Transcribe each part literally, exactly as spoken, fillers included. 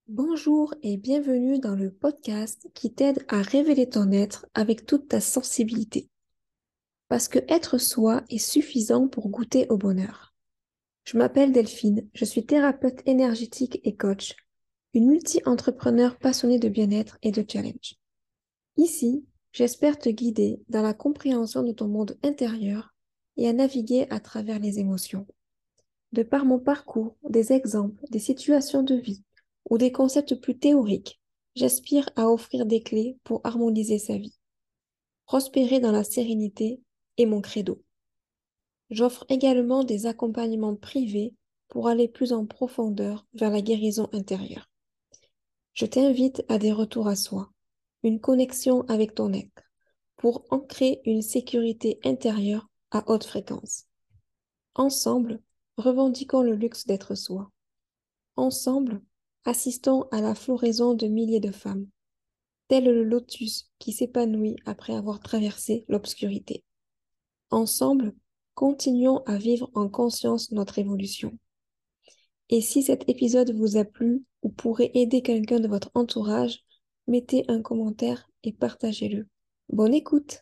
Bonjour et bienvenue dans le podcast qui t'aide à révéler ton être avec toute ta sensibilité. Parce que être soi est suffisant pour goûter au bonheur. Je m'appelle Delphine, je suis thérapeute énergétique et coach, une multi-entrepreneur passionnée de bien-être et de challenge. Ici, j'espère te guider dans la compréhension de ton monde intérieur et à naviguer à travers les émotions. De par mon parcours, des exemples, des situations de vie ou des concepts plus théoriques, j'aspire à offrir des clés pour harmoniser sa vie. Prospérer dans la sérénité est mon credo. J'offre également des accompagnements privés pour aller plus en profondeur vers la guérison intérieure. Je t'invite à des retours à soi, une connexion avec ton être, pour ancrer une sécurité intérieure à haute fréquence. Ensemble, revendiquons le luxe d'être soi. Ensemble, assistons à la floraison de milliers de femmes, tel le lotus qui s'épanouit après avoir traversé l'obscurité. Ensemble, continuons à vivre en conscience notre évolution. Et si cet épisode vous a plu ou pourrait aider quelqu'un de votre entourage, mettez un commentaire et partagez-le. Bonne écoute!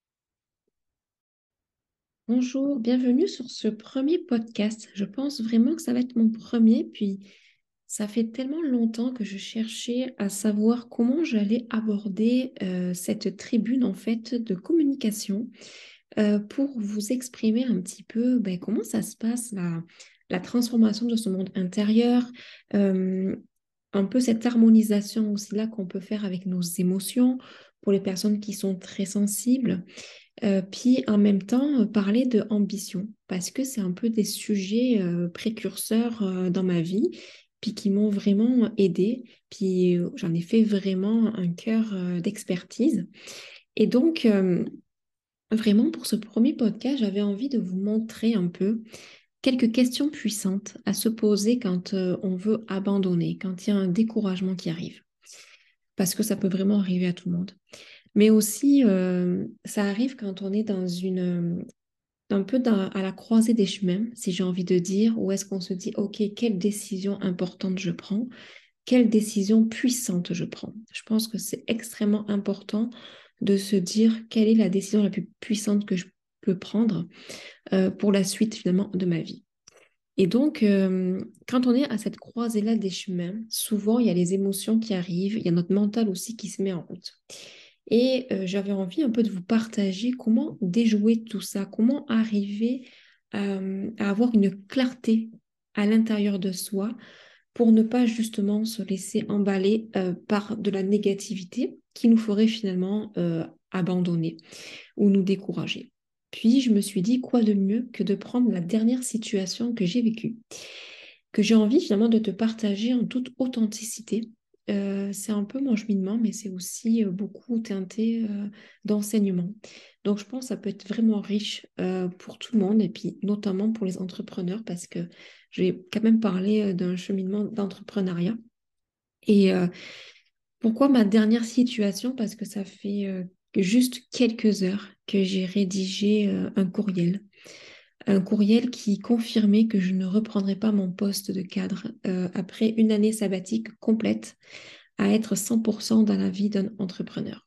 Bonjour, bienvenue sur ce premier podcast. Je pense vraiment que ça va être mon premier, puis ça fait tellement longtemps que je cherchais à savoir comment j'allais aborder euh, cette tribune en fait de communication euh, pour vous exprimer un petit peu ben, comment ça se passe la, la transformation de ce monde intérieur, euh, un peu cette harmonisation aussi là qu'on peut faire avec nos émotions pour les personnes qui sont très sensibles. Euh, puis en même temps, euh, parler de ambition, parce que c'est un peu des sujets euh, précurseurs euh, dans ma vie, puis qui m'ont vraiment aidée. Puis euh, j'en ai fait vraiment un cœur euh, d'expertise. Et donc, euh, vraiment, pour ce premier podcast, j'avais envie de vous montrer un peu quelques questions puissantes à se poser quand euh, on veut abandonner, quand il y a un découragement qui arrive, parce que ça peut vraiment arriver à tout le monde. Mais aussi, euh, ça arrive quand on est dans une, un peu dans- à la croisée des chemins, si j'ai envie de dire, où est-ce qu'on se dit, OK, quelle décision importante je prends, quelle décision puissante je prends. Je pense que c'est extrêmement important de se dire quelle est la décision la plus puissante que je peux prendre euh, pour la suite finalement de ma vie. Et donc, euh, quand on est à cette croisée-là des chemins, souvent il y a les émotions qui arrivent, il y a notre mental aussi qui se met en route. Et euh, j'avais envie un peu de vous partager comment déjouer tout ça, comment arriver euh, à avoir une clarté à l'intérieur de soi pour ne pas justement se laisser emballer euh, par de la négativité qui nous ferait finalement euh, abandonner ou nous décourager. Puis je me suis dit, quoi de mieux que de prendre la dernière situation que j'ai vécue, que j'ai envie finalement de te partager en toute authenticité. Euh, c'est un peu mon cheminement, mais c'est aussi euh, beaucoup teinté euh, d'enseignement. Donc je pense que ça peut être vraiment riche euh, pour tout le monde et puis notamment pour les entrepreneurs parce que je vais quand même parler euh, d'un cheminement d'entrepreneuriat. Et euh, pourquoi ma dernière situation? Parce que ça fait euh, juste quelques heures que j'ai rédigé euh, un courriel. Un courriel qui confirmait que je ne reprendrais pas mon poste de cadre euh, après une année sabbatique complète à être cent pour cent dans la vie d'un entrepreneur.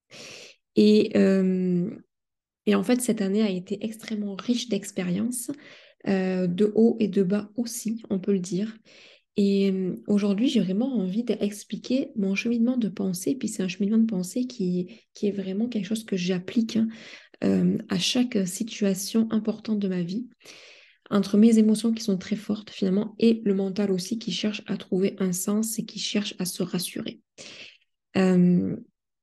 Et, euh, et en fait, cette année a été extrêmement riche d'expériences, euh, de haut et de bas aussi, on peut le dire. Et euh, aujourd'hui, j'ai vraiment envie d'expliquer mon cheminement de pensée. Puis c'est un cheminement de pensée qui, qui est vraiment quelque chose que j'applique hein, euh, à chaque situation importante de ma vie, entre mes émotions qui sont très fortes finalement et le mental aussi qui cherche à trouver un sens et qui cherche à se rassurer. Euh,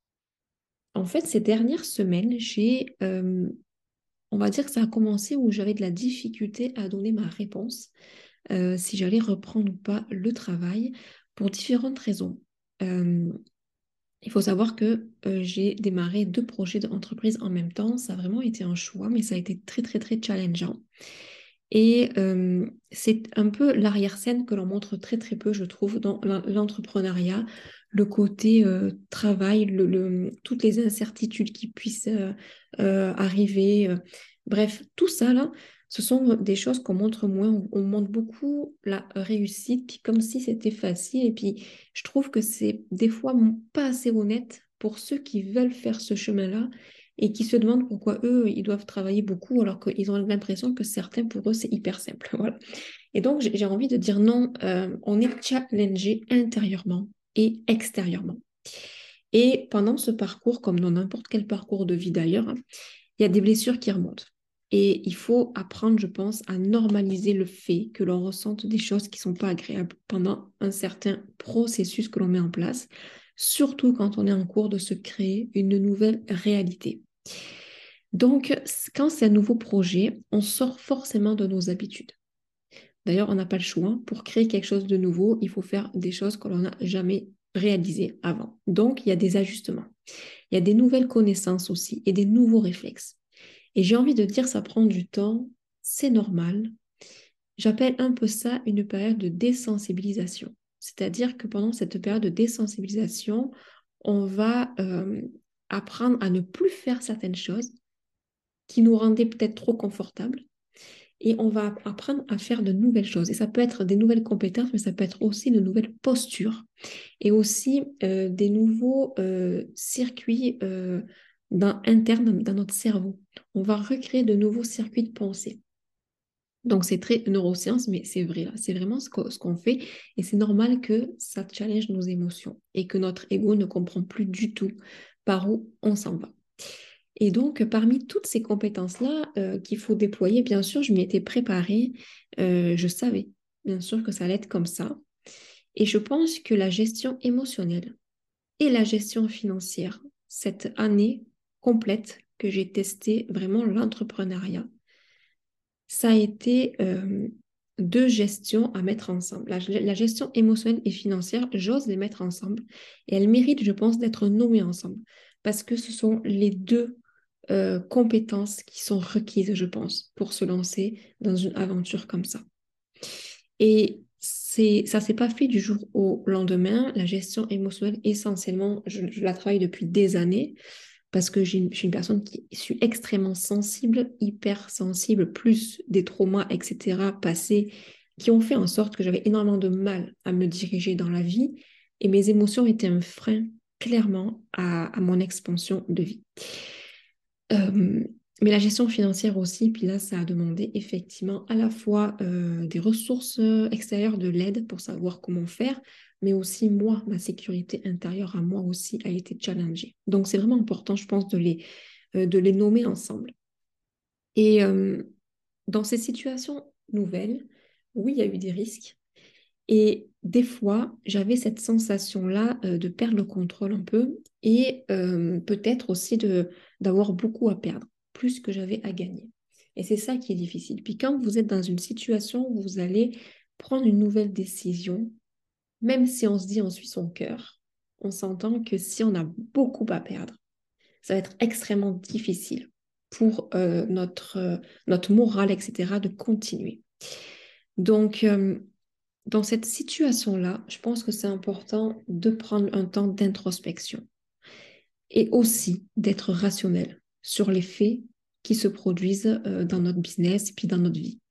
en fait, ces dernières semaines, j'ai, euh, on va dire que ça a commencé où j'avais de la difficulté à donner ma réponse euh, si j'allais reprendre ou pas le travail pour différentes raisons. Euh, il faut savoir que euh, j'ai démarré deux projets d'entreprise en même temps. Ça a vraiment été un choix, mais ça a été très, très, très challengeant. Et euh, c'est un peu l'arrière-scène que l'on montre très, très peu, je trouve, dans l'en- l'entrepreneuriat, le côté euh, travail, le, le- toutes les incertitudes qui puissent euh, euh, arriver. euh. Bref, tout ça, là, Ce sont des choses qu'on montre moins. On, on montre beaucoup la réussite, puis comme si c'était facile. Et puis, je trouve que c'est des fois m- pas assez honnête pour ceux qui veulent faire ce chemin-là et qui se demandent pourquoi eux, ils doivent travailler beaucoup alors qu'ils ont l'impression que certains, pour eux, c'est hyper simple. Voilà. Et donc, j'ai j'ai envie de dire non, euh, on est challengé intérieurement et extérieurement. Et pendant ce parcours, comme dans n'importe quel parcours de vie d'ailleurs, hein, il y a des blessures qui remontent. Et il faut apprendre, je pense, à normaliser le fait que l'on ressente des choses qui ne sont pas agréables pendant un certain processus que l'on met en place, surtout quand on est en cours de se créer une nouvelle réalité. Donc, quand c'est un nouveau projet, on sort forcément de nos habitudes. D'ailleurs, on n'a pas le choix. Pour créer quelque chose de nouveau, il faut faire des choses que l'on n'a jamais réalisées avant. Donc, il y a des ajustements. Il y a des nouvelles connaissances aussi et des nouveaux réflexes. Et j'ai envie de dire, ça prend du temps, c'est normal. J'appelle un peu ça une période de désensibilisation. C'est-à-dire que pendant cette période de désensibilisation, on va euh, apprendre à ne plus faire certaines choses qui nous rendaient peut-être trop confortables et on va apprendre à faire de nouvelles choses. Et ça peut être des nouvelles compétences, mais ça peut être aussi de nouvelles postures et aussi euh, des nouveaux euh, circuits euh, dans, internes dans notre cerveau. On va recréer de nouveaux circuits de pensée. Donc, c'est très neurosciences, mais c'est vrai, là. C'est vraiment ce qu'on ce qu'on fait. Et c'est normal que ça challenge nos émotions et que notre ego ne comprend plus du tout par où on s'en va. Et donc, parmi toutes ces compétences-là euh, qu'il faut déployer, bien sûr, je m'y étais préparée. Euh, je savais, bien sûr, que ça allait être comme ça. Et je pense que la gestion émotionnelle et la gestion financière, cette année complète que j'ai testé vraiment l'entrepreneuriat, ça a été euh, deux gestions à mettre ensemble. La, la gestion émotionnelle et financière, j'ose les mettre ensemble et elles méritent, je pense, d'être nommées ensemble parce que ce sont les deux euh, compétences qui sont requises, je pense, pour se lancer dans une aventure comme ça. Et c'est, ça ne s'est pas fait du jour au lendemain. La gestion émotionnelle, essentiellement, je, je la travaille depuis des années parce que j'ai une- je suis une personne qui suis extrêmement sensible, hyper sensible, plus des traumas, et cetera, passés, qui ont fait en sorte que j'avais énormément de mal à me diriger dans la vie et mes émotions étaient un frein clairement à, à mon expansion de vie. Euh, mais la gestion financière aussi, puis là, ça a demandé effectivement à la fois euh, des ressources euh, extérieures, de l'aide pour savoir comment faire, mais aussi moi, ma sécurité intérieure à moi aussi a été challengée. Donc, c'est vraiment important, je pense, de les, euh, de les nommer ensemble. Et euh, dans ces situations nouvelles, oui, il y a eu des risques. Et des fois, j'avais cette sensation-là euh, de perdre le contrôle un peu et euh, peut-être aussi de d'avoir beaucoup à perdre, plus que j'avais à gagner. Et c'est ça qui est difficile. Puis quand vous êtes dans une situation où vous allez prendre une nouvelle décision, même si on se dit on suit son cœur, on s'entend que si on a beaucoup à perdre, ça va être extrêmement difficile pour euh, notre, euh, notre morale, et cetera, de continuer. Donc, euh, dans cette situation-là, je pense que c'est important de prendre un temps d'introspection et aussi d'être rationnel sur les faits qui se produisent euh, dans notre business et puis dans notre vie.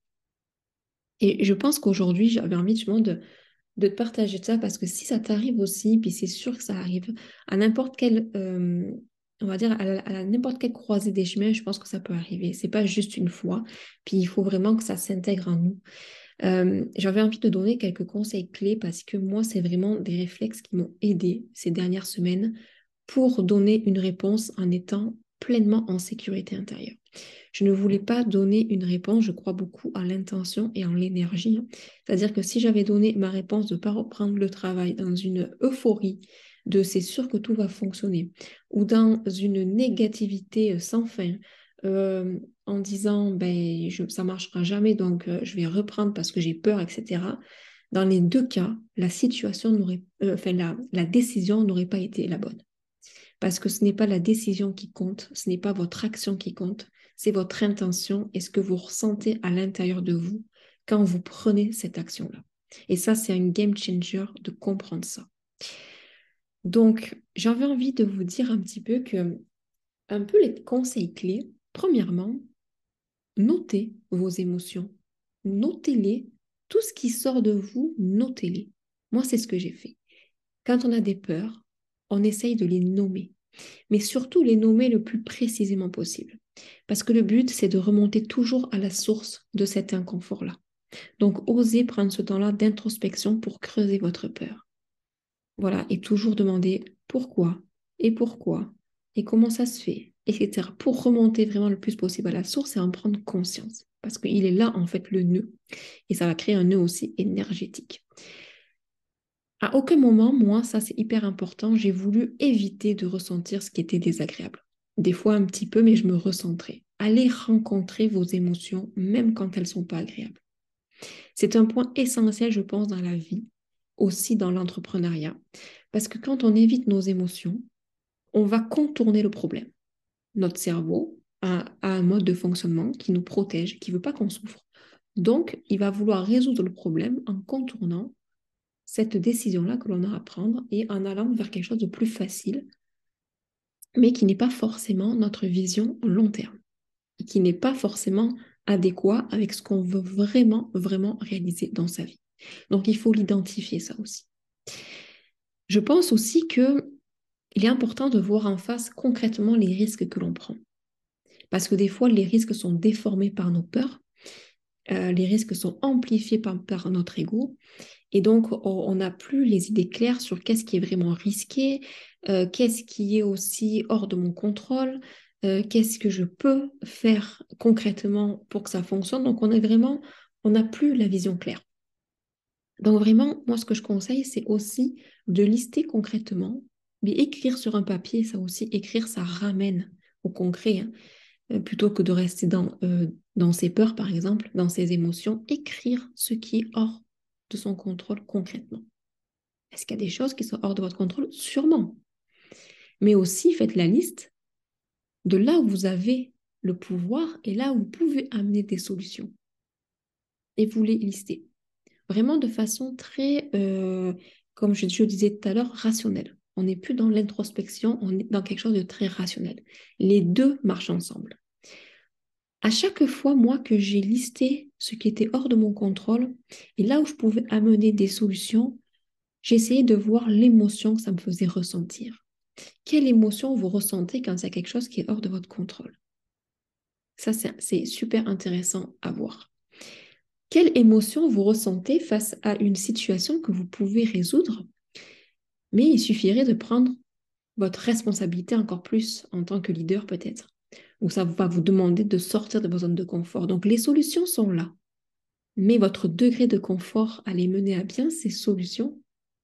Et je pense qu'aujourd'hui, j'avais envie justement de, de te partager ça parce que si ça t'arrive aussi, puis c'est sûr que ça arrive à n'importe quel, euh, on va dire, à, la- à n'importe quelle croisée des chemins, je pense que ça peut arriver. C'est pas juste une fois, puis il faut vraiment que ça s'intègre en nous. Euh, j'avais envie de donner quelques conseils clés parce que moi, c'est vraiment des réflexes qui m'ont aidé ces dernières semaines pour donner une réponse en étant pleinement en sécurité intérieure. Je ne voulais pas donner une réponse, je crois beaucoup à l'intention et en l'énergie, hein. C'est-à-dire que si j'avais donné ma réponse de ne pas reprendre le travail dans une euphorie de c'est sûr que tout va fonctionner, ou dans une négativité sans fin, euh, en disant ben, je, ça ne marchera jamais, donc euh, je vais reprendre parce que j'ai peur, et cetera. Dans les deux cas, la situation n'aurait, euh, enfin, la, la décision n'aurait pas été la bonne. Parce que ce n'est pas la décision qui compte, ce n'est pas votre action qui compte, c'est votre intention et ce que vous ressentez à l'intérieur de vous quand vous prenez cette action-là. Et ça, c'est un game changer de comprendre ça. Donc, j'avais envie de vous dire un petit peu que, un peu les conseils clés. Premièrement, notez vos émotions, notez-les, tout ce qui sort de vous, notez-les. Moi, c'est ce que j'ai fait. Quand on a des peurs, on essaye de les nommer, mais surtout les nommer le plus précisément possible. Parce que le but, c'est de remonter toujours à la source de cet inconfort-là. Donc, osez prendre ce temps-là d'introspection pour creuser votre peur. Voilà, et toujours demander pourquoi, et pourquoi, et comment ça se fait, et cetera. Pour remonter vraiment le plus possible à la source et en prendre conscience. Parce qu'il est là, en fait, le nœud. Et ça va créer un nœud aussi énergétique. À aucun moment, moi, ça c'est hyper important, j'ai voulu éviter de ressentir ce qui était désagréable. Des fois un petit peu, mais je me recentrais. Allez rencontrer vos émotions, même quand elles ne sont pas agréables. C'est un point essentiel, je pense, dans la vie, aussi dans l'entrepreneuriat, parce que quand on évite nos émotions, on va contourner le problème. Notre cerveau a, a un mode de fonctionnement qui nous protège, qui ne veut pas qu'on souffre. Donc, il va vouloir résoudre le problème en contournant cette décision-là que l'on a à prendre et en allant vers quelque chose de plus facile, mais qui n'est pas forcément notre vision long terme, et qui n'est pas forcément adéquat avec ce qu'on veut vraiment, vraiment réaliser dans sa vie. Donc, il faut l'identifier, ça aussi. Je pense aussi que il est important de voir en face concrètement les risques que l'on prend. Parce que des fois, les risques sont déformés par nos peurs, euh, les risques sont amplifiés par, par notre ego, et donc on n'a plus les idées claires sur qu'est-ce qui est vraiment risqué, euh, qu'est-ce qui est aussi hors de mon contrôle, euh, qu'est-ce que je peux faire concrètement pour que ça fonctionne. Donc on est vraiment, on n'a plus la vision claire. Donc vraiment, moi ce que je conseille, c'est aussi de lister concrètement, mais écrire sur un papier, ça aussi, écrire, ça ramène au concret, hein. Euh, plutôt que de rester dans, euh, dans ses peurs, par exemple, dans ses émotions, écrire ce qui est hors de son contrôle concrètement. Est-ce qu'il y a des choses qui sont hors de votre contrôle? Sûrement. Mais aussi, faites la liste de là où vous avez le pouvoir et là où vous pouvez amener des solutions. Et vous les listez. Vraiment de façon très, euh, comme je, je disais tout à l'heure, rationnelle. On n'est plus dans l'introspection, on est dans quelque chose de très rationnel. Les deux marchent ensemble. À chaque fois, moi, que j'ai listé ce qui était hors de mon contrôle et là où je pouvais amener des solutions, j'ai essayé de voir l'émotion que ça me faisait ressentir. Quelle émotion vous ressentez quand il y a quelque chose qui est hors de votre contrôle? Ça, c'est super intéressant à voir. Quelle émotion vous ressentez face à une situation que vous pouvez résoudre, mais il suffirait de prendre votre responsabilité encore plus en tant que leader peut-être, ou ça va vous demander de sortir de vos zones de confort. Donc les solutions sont là, mais votre degré de confort à les mener à bien, ces solutions,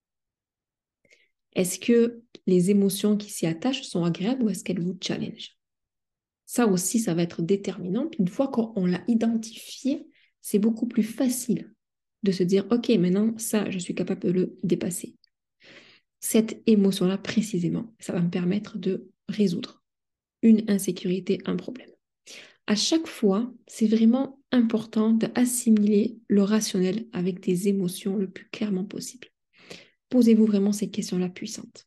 est-ce que les émotions qui s'y attachent sont agréables ou est-ce qu'elles vous challengent? Ça aussi, ça va être déterminant. Puis une fois qu'on l'a identifié, c'est beaucoup plus facile de se dire, OK, maintenant, ça, je suis capable de le dépasser. Cette émotion-là, précisément, ça va me permettre de résoudre une insécurité, un problème. À chaque fois, c'est vraiment important d'assimiler le rationnel avec des émotions le plus clairement possible. Posez-vous vraiment ces questions-là puissantes.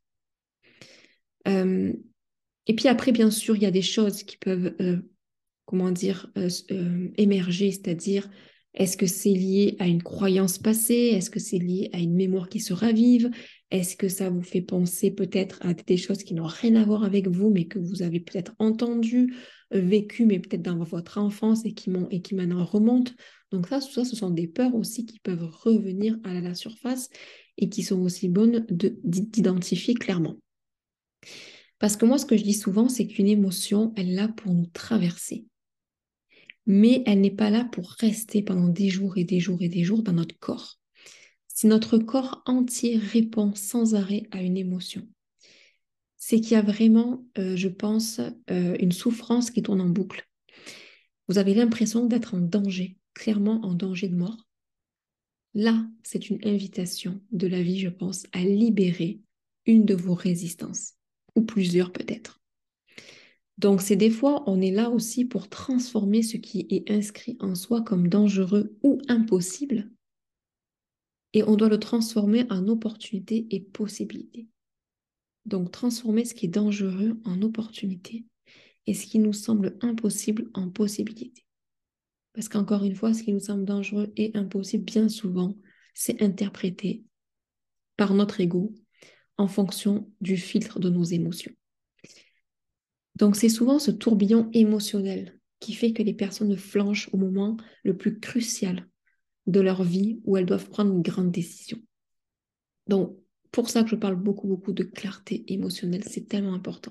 Euh, et puis après, bien sûr, il y a des choses qui peuvent, euh, comment dire, euh, euh, émerger, c'est-à-dire, est-ce que c'est lié à une croyance passée? Est-ce que c'est lié à une mémoire qui se ravive? Est-ce que ça vous fait penser peut-être à des choses qui n'ont rien à voir avec vous, mais que vous avez peut-être entendues, euh, vécues, mais peut-être dans votre enfance et qui, et qui maintenant remontent? Donc ça, ça, ce sont des peurs aussi qui peuvent revenir à la surface et qui sont aussi bonnes de, d'identifier clairement. Parce que moi, ce que je dis souvent, c'est qu'une émotion, elle est là pour nous traverser. Mais elle n'est pas là pour rester pendant des jours et des jours et des jours dans notre corps. Si notre corps entier répond sans arrêt à une émotion, c'est qu'il y a vraiment, euh, je pense, euh, une souffrance qui tourne en boucle. Vous avez l'impression d'être en danger, clairement en danger de mort. Là, c'est une invitation de la vie, je pense, à libérer une de vos résistances, ou plusieurs peut-être. Donc, c'est des fois, on est là aussi pour transformer ce qui est inscrit en soi comme dangereux ou impossible, et on doit le transformer en opportunité et possibilité. Donc, transformer ce qui est dangereux en opportunité et ce qui nous semble impossible en possibilité. Parce qu'encore une fois, ce qui nous semble dangereux et impossible, bien souvent, c'est interprété par notre ego en fonction du filtre de nos émotions. Donc, c'est souvent ce tourbillon émotionnel qui fait que les personnes flanchent au moment le plus crucial de leur vie où elles doivent prendre une grande décision. Donc, pour ça que je parle beaucoup, beaucoup de clarté émotionnelle, c'est tellement important.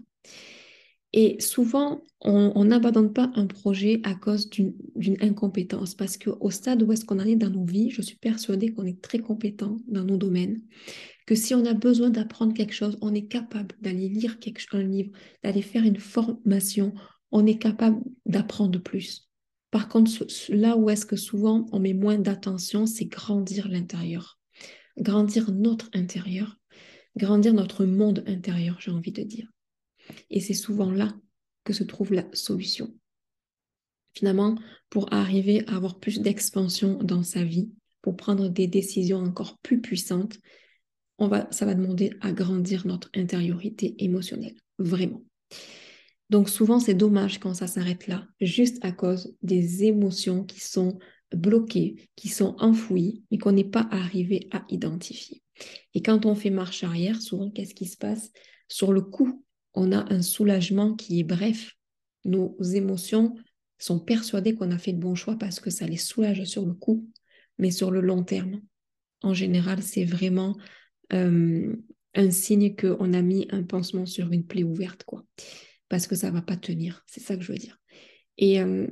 Et souvent, on n'abandonne pas un projet à cause d'une d'une incompétence, parce qu'au stade où est-ce qu'on en est dans nos vies, je suis persuadée qu'on est très compétent dans nos domaines, que si on a besoin d'apprendre quelque chose, on est capable d'aller lire quelque, un livre, d'aller faire une formation, on est capable d'apprendre plus. Par contre, là où est-ce que souvent on met moins d'attention, c'est grandir l'intérieur, grandir notre intérieur, grandir notre monde intérieur, j'ai envie de dire. Et c'est souvent là que se trouve la solution. Finalement, pour arriver à avoir plus d'expansion dans sa vie, pour prendre des décisions encore plus puissantes, on va, ça va demander à grandir notre intériorité émotionnelle, vraiment. Donc souvent, c'est dommage quand ça s'arrête là, juste à cause des émotions qui sont bloquées, qui sont enfouies, mais qu'on n'est pas arrivé à identifier. Et quand on fait marche arrière, souvent, qu'est-ce qui se passe? Sur le coup, on a un soulagement qui est bref. Nos émotions sont persuadées qu'on a fait le bon choix parce que ça les soulage sur le coup, mais sur le long terme, en général, c'est vraiment euh, un signe qu'on a mis un pansement sur une plaie ouverte, quoi. Parce que ça ne va pas tenir, c'est ça que je veux dire. Et euh,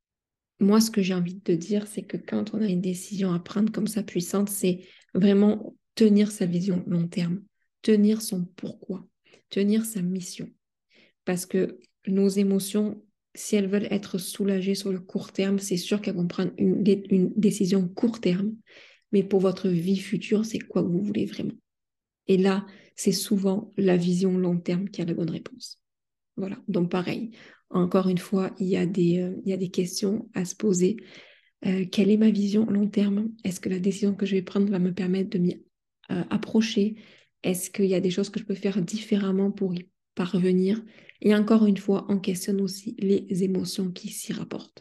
moi, ce que j'ai envie de te dire, c'est que quand on a une décision à prendre comme ça puissante, c'est vraiment tenir sa vision long terme, tenir son pourquoi, tenir sa mission. Parce que nos émotions, si elles veulent être soulagées sur le court terme, c'est sûr qu'elles vont prendre une, une décision court terme. Mais pour votre vie future, c'est quoi que vous voulez vraiment? Et là, c'est souvent la vision long terme qui a la bonne réponse. Voilà, donc pareil. Encore une fois, il y a des, euh, il y a des questions à se poser. Euh, quelle est ma vision long terme? Est-ce que la décision que je vais prendre va me permettre de m'y euh, approcher? Est-ce qu'il y a des choses que je peux faire différemment pour y parvenir? Et encore une fois, on questionne aussi les émotions qui s'y rapportent.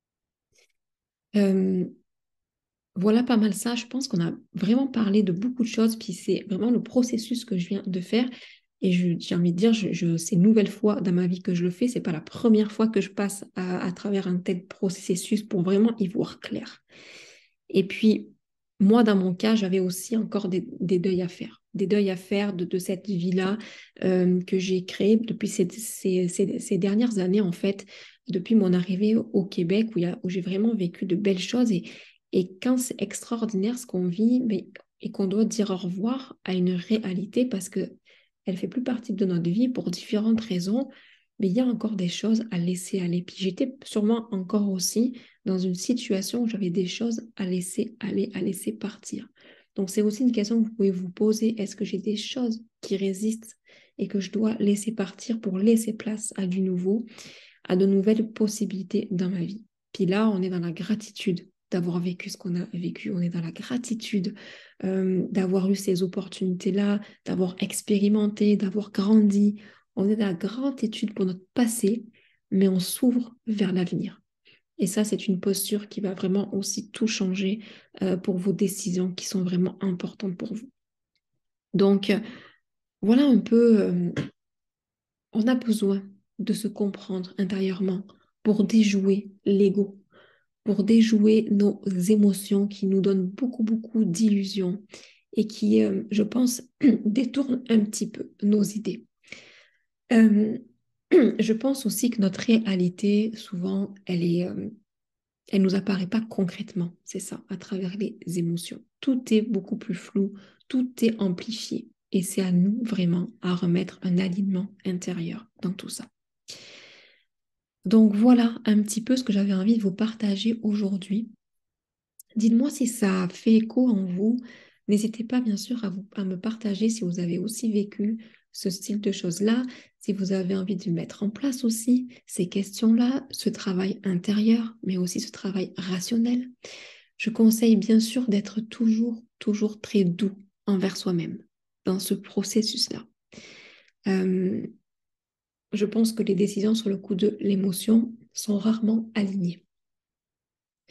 Euh, voilà pas mal ça. Je pense qu'on a vraiment parlé de beaucoup de choses, puis c'est vraiment le processus que je viens de faire. Et je- j'ai envie de dire, je, je- c'est une nouvelle fois dans ma vie que je le fais. C'est pas la première fois que je passe à, à travers un tel processus pour vraiment y voir clair. Et puis, moi, dans mon cas, j'avais aussi encore des, des deuils à faire. Des deuils à faire de, de cette vie-là euh, que j'ai créée depuis ces, ces, ces- ces dernières années, en fait, depuis mon arrivée au, au Québec, où, il y a- où j'ai vraiment vécu de belles choses. Et, et quand c'est extraordinaire ce qu'on vit, mais, et qu'on doit dire au revoir à une réalité parce que elle fait plus partie de notre vie pour différentes raisons, mais il y a encore des choses à laisser aller. Puis j'étais sûrement encore aussi dans une situation où j'avais des choses à laisser aller, à laisser partir. Donc, c'est aussi une question que vous pouvez vous poser. Est-ce que j'ai des choses qui résistent et que je dois laisser partir pour laisser place à du nouveau, à de nouvelles possibilités dans ma vie? Puis là, on est dans la gratitude d'avoir vécu ce qu'on a vécu. On est dans la gratitude euh, d'avoir eu ces opportunités-là, d'avoir expérimenté, d'avoir grandi. On est dans la grande étude pour notre passé, mais on s'ouvre vers l'avenir. Et ça, c'est une posture qui va vraiment aussi tout changer euh, pour vos décisions qui sont vraiment importantes pour vous. Donc, euh, voilà un peu, euh, on a besoin de se comprendre intérieurement pour déjouer l'ego, pour déjouer nos émotions qui nous donnent beaucoup, beaucoup d'illusions et qui, euh, je pense, détournent un petit peu nos idées. Euh, je pense aussi que notre réalité, souvent, elle est, euh, elle nous apparaît pas concrètement, c'est ça, à travers les émotions. Tout est beaucoup plus flou, tout est amplifié. Et c'est à nous vraiment à remettre un alignement intérieur dans tout ça. Donc voilà un petit peu ce que j'avais envie de vous partager aujourd'hui. Dites-moi si ça fait écho en vous. N'hésitez pas bien sûr à, vous, à me partager si vous avez aussi vécu ce style de choses-là, si vous avez envie de mettre en place aussi ces questions-là, ce travail intérieur, mais aussi ce travail rationnel. Je conseille bien sûr d'être toujours, toujours très doux envers soi-même dans ce processus-là. Euh, je pense que les décisions sur le coup de l'émotion sont rarement alignées.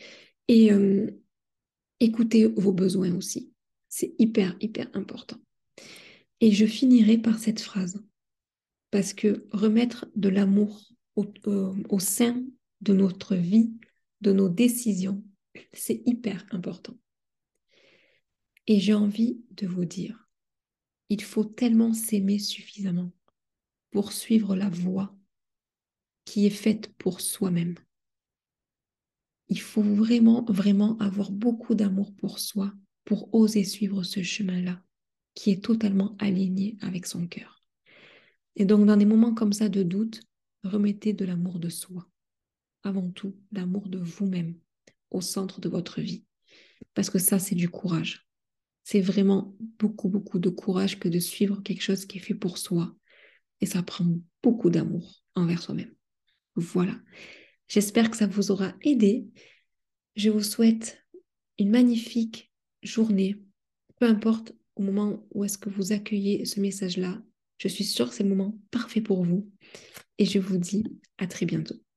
Et euh, écoutez vos besoins aussi. C'est hyper, hyper important. Et je finirai par cette phrase, parce que remettre de l'amour au, au, au sein de notre vie, de nos décisions, c'est hyper important. Et j'ai envie de vous dire, il faut tellement s'aimer suffisamment pour suivre la voie qui est faite pour soi-même. Il faut vraiment, vraiment avoir beaucoup d'amour pour soi pour oser suivre ce chemin-là qui est totalement aligné avec son cœur. Et donc, dans des moments comme ça de doute, remettez de l'amour de soi. Avant tout, l'amour de vous-même au centre de votre vie. Parce que ça, c'est du courage. C'est vraiment beaucoup, beaucoup de courage que de suivre quelque chose qui est fait pour soi. Et ça prend beaucoup d'amour envers soi-même. Voilà. J'espère que ça vous aura aidé. Je vous souhaite une magnifique journée. Peu importe au moment où est-ce que vous accueillez ce message-là. Je suis sûre que c'est le moment parfait pour vous. Et je vous dis à très bientôt.